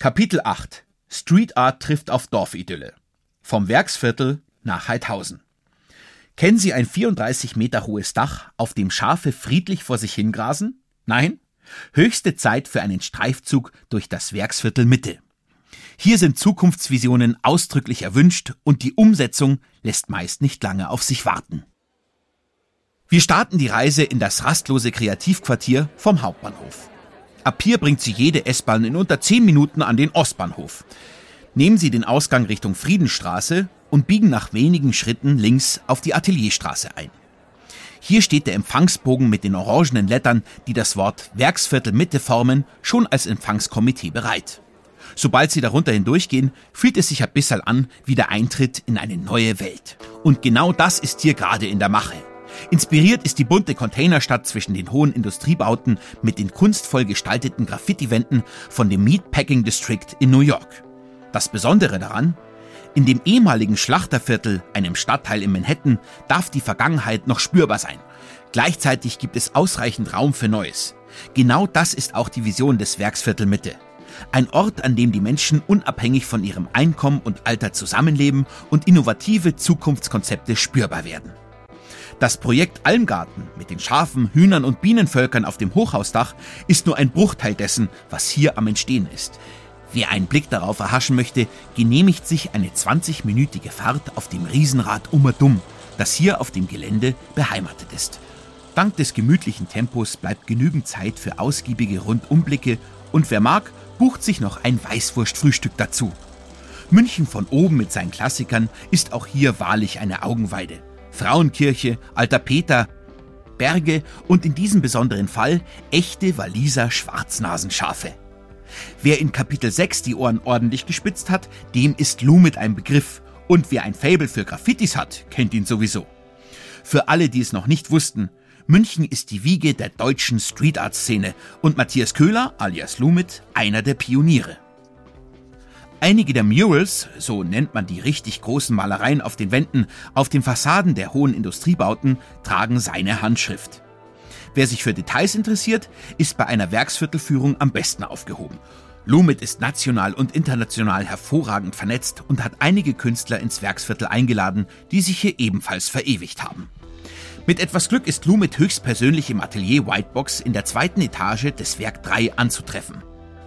Kapitel 8 Street Art trifft auf Dorfidylle. Vom Werksviertel nach Haidhausen. Kennen Sie ein 34 Meter hohes Dach, auf dem Schafe friedlich vor sich hingrasen? Nein? Höchste Zeit für einen Streifzug durch das Werksviertel Mitte. Hier sind Zukunftsvisionen ausdrücklich erwünscht und die Umsetzung lässt meist nicht lange auf sich warten. Wir starten die Reise in das rastlose Kreativquartier vom Hauptbahnhof. Ab hier bringt Sie jede S-Bahn in unter 10 Minuten an den Ostbahnhof. Nehmen Sie den Ausgang Richtung Friedenstraße und biegen nach wenigen Schritten links auf die Atelierstraße ein. Hier steht der Empfangsbogen mit den orangenen Lettern, die das Wort Werksviertel Mitte formen, schon als Empfangskomitee bereit. Sobald Sie darunter hindurchgehen, fühlt es sich ein bisschen an wie der Eintritt in eine neue Welt. Und genau das ist hier gerade in der Mache. Inspiriert ist die bunte Containerstadt zwischen den hohen Industriebauten mit den kunstvoll gestalteten Graffiti-Wänden von dem Meatpacking District in New York. Das Besondere daran: In dem ehemaligen Schlachterviertel, einem Stadtteil in Manhattan, darf die Vergangenheit noch spürbar sein. Gleichzeitig gibt es ausreichend Raum für Neues. Genau das ist auch die Vision des Werksviertel Mitte. Ein Ort, an dem die Menschen unabhängig von ihrem Einkommen und Alter zusammenleben und innovative Zukunftskonzepte spürbar werden. Das Projekt Almgarten mit den Schafen, Hühnern und Bienenvölkern auf dem Hochhausdach ist nur ein Bruchteil dessen, was hier am Entstehen ist. Wer einen Blick darauf erhaschen möchte, genehmigt sich eine 20-minütige Fahrt auf dem Riesenrad Ummerdum, das hier auf dem Gelände beheimatet ist. Dank des gemütlichen Tempos bleibt genügend Zeit für ausgiebige Rundumblicke und wer mag, bucht sich noch ein Weißwurstfrühstück dazu. München von oben mit seinen Klassikern ist auch hier wahrlich eine Augenweide. Frauenkirche, Alter Peter, Berge und in diesem besonderen Fall echte Walliser Schwarznasenschafe. Wer in Kapitel 6 die Ohren ordentlich gespitzt hat, dem ist Lumet ein Begriff. Und wer ein Faible für Graffitis hat, kennt ihn sowieso. Für alle, die es noch nicht wussten, München ist die Wiege der deutschen Street-Art-Szene und Matthias Köhler, alias Lumet, einer der Pioniere. Einige der Murals, so nennt man die richtig großen Malereien auf den Wänden, auf den Fassaden der hohen Industriebauten, tragen seine Handschrift. Wer sich für Details interessiert, ist bei einer Werksviertelführung am besten aufgehoben. Lumet ist national und international hervorragend vernetzt und hat einige Künstler ins Werksviertel eingeladen, die sich hier ebenfalls verewigt haben. Mit etwas Glück ist Lumet höchstpersönlich im Atelier Whitebox in der 2. Etage des Werk 3 anzutreffen.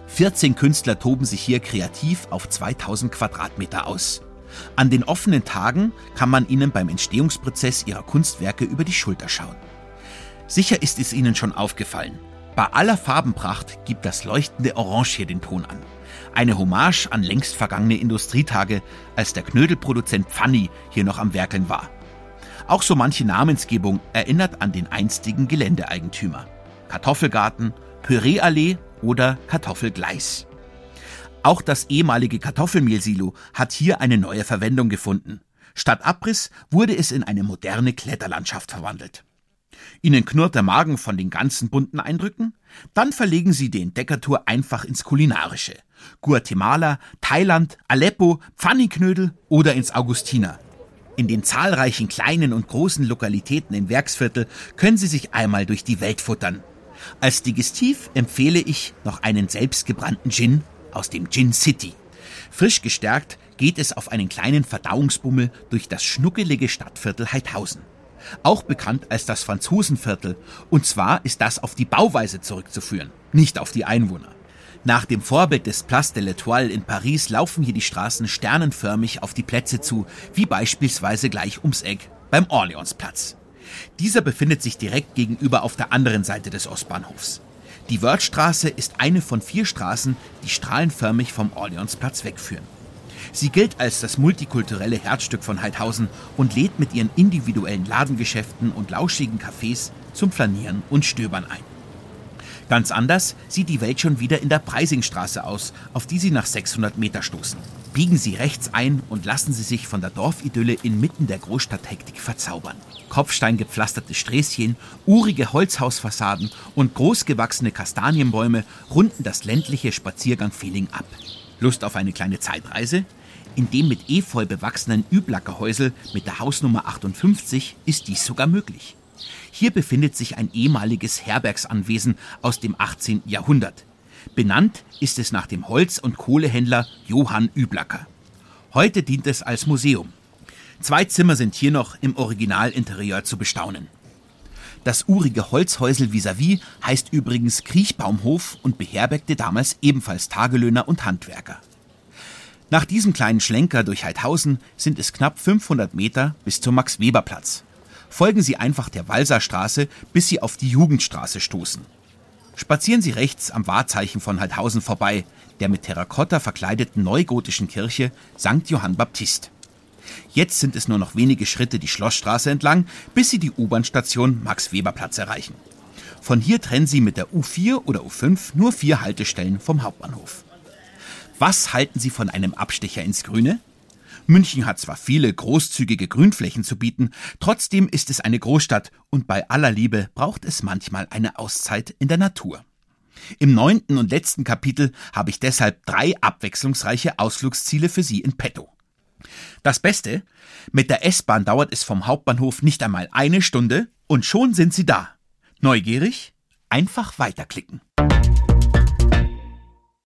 14 Künstler toben sich hier kreativ auf 2000 Quadratmeter aus. An den offenen Tagen kann man ihnen beim Entstehungsprozess ihrer Kunstwerke über die Schulter schauen. Sicher ist es Ihnen schon aufgefallen. Bei aller Farbenpracht gibt das leuchtende Orange hier den Ton an. Eine Hommage an längst vergangene Industrietage, als der Knödelproduzent Pfanny hier noch am Werkeln war. Auch so manche Namensgebung erinnert an den einstigen Geländeeigentümer. Kartoffelgarten, Püreeallee oder Kartoffelgleis. Auch das ehemalige Kartoffelmehlsilo hat hier eine neue Verwendung gefunden. Statt Abriss wurde es in eine moderne Kletterlandschaft verwandelt. Ihnen knurrt der Magen von den ganzen bunten Eindrücken? Dann verlegen Sie die Entdeckertour einfach ins Kulinarische. Guatemala, Thailand, Aleppo, Pfanniknödel oder ins Augustiner. In den zahlreichen kleinen und großen Lokalitäten im Werksviertel können Sie sich einmal durch die Welt futtern. Als Digestiv empfehle ich noch einen selbstgebrannten Gin aus dem Gin City. Frisch gestärkt geht es auf einen kleinen Verdauungsbummel durch das schnuckelige Stadtviertel Haidhausen. Auch bekannt als das Franzosenviertel, und zwar ist das auf die Bauweise zurückzuführen, nicht auf die Einwohner. Nach dem Vorbild des Place de l'Étoile in Paris laufen hier die Straßen sternenförmig auf die Plätze zu, wie beispielsweise gleich ums Eck beim Orleansplatz. Dieser befindet sich direkt gegenüber auf der anderen Seite des Ostbahnhofs. Die Wörthstraße ist eine von 4 Straßen, die strahlenförmig vom Orleansplatz wegführen. Sie gilt als das multikulturelle Herzstück von Haidhausen und lädt mit ihren individuellen Ladengeschäften und lauschigen Cafés zum Flanieren und Stöbern ein. Ganz anders sieht die Welt schon wieder in der Preisingstraße aus, auf die Sie nach 600 Meter stoßen. Biegen Sie rechts ein und lassen Sie sich von der Dorfidylle inmitten der Großstadthektik verzaubern. Kopfsteingepflasterte Sträßchen, urige Holzhausfassaden und großgewachsene Kastanienbäume runden das ländliche Spaziergang-Feeling ab. Lust auf eine kleine Zeitreise? In dem mit Efeu bewachsenen Üblackerhäusel mit der Hausnummer 58 ist dies sogar möglich. Hier befindet sich ein ehemaliges Herbergsanwesen aus dem 18. Jahrhundert. Benannt ist es nach dem Holz- und Kohlehändler Johann Üblacker. Heute dient es als Museum. 2 Zimmer sind hier noch im Originalinterieur zu bestaunen. Das urige Holzhäusel vis-à-vis heißt übrigens Kriechbaumhof und beherbergte damals ebenfalls Tagelöhner und Handwerker. Nach diesem kleinen Schlenker durch Haidhausen sind es knapp 500 Meter bis zum Max-Weber-Platz. Folgen Sie einfach der Walserstraße, bis Sie auf die Jugendstraße stoßen. Spazieren Sie rechts am Wahrzeichen von Haidhausen vorbei, der mit Terrakotta verkleideten neugotischen Kirche St. Johann Baptist. Jetzt sind es nur noch wenige Schritte die Schlossstraße entlang, bis Sie die U-Bahn-Station Max-Weber-Platz erreichen. Von hier trennen Sie mit der U4 oder U5 nur 4 Haltestellen vom Hauptbahnhof. Was halten Sie von einem Abstecher ins Grüne? München hat zwar viele großzügige Grünflächen zu bieten, trotzdem ist es eine Großstadt und bei aller Liebe braucht es manchmal eine Auszeit in der Natur. Im 9. und letzten Kapitel habe ich deshalb 3 abwechslungsreiche Ausflugsziele für Sie in petto. Das Beste: Mit der S-Bahn dauert es vom Hauptbahnhof nicht einmal 1 Stunde und schon sind Sie da. Neugierig? Einfach weiterklicken.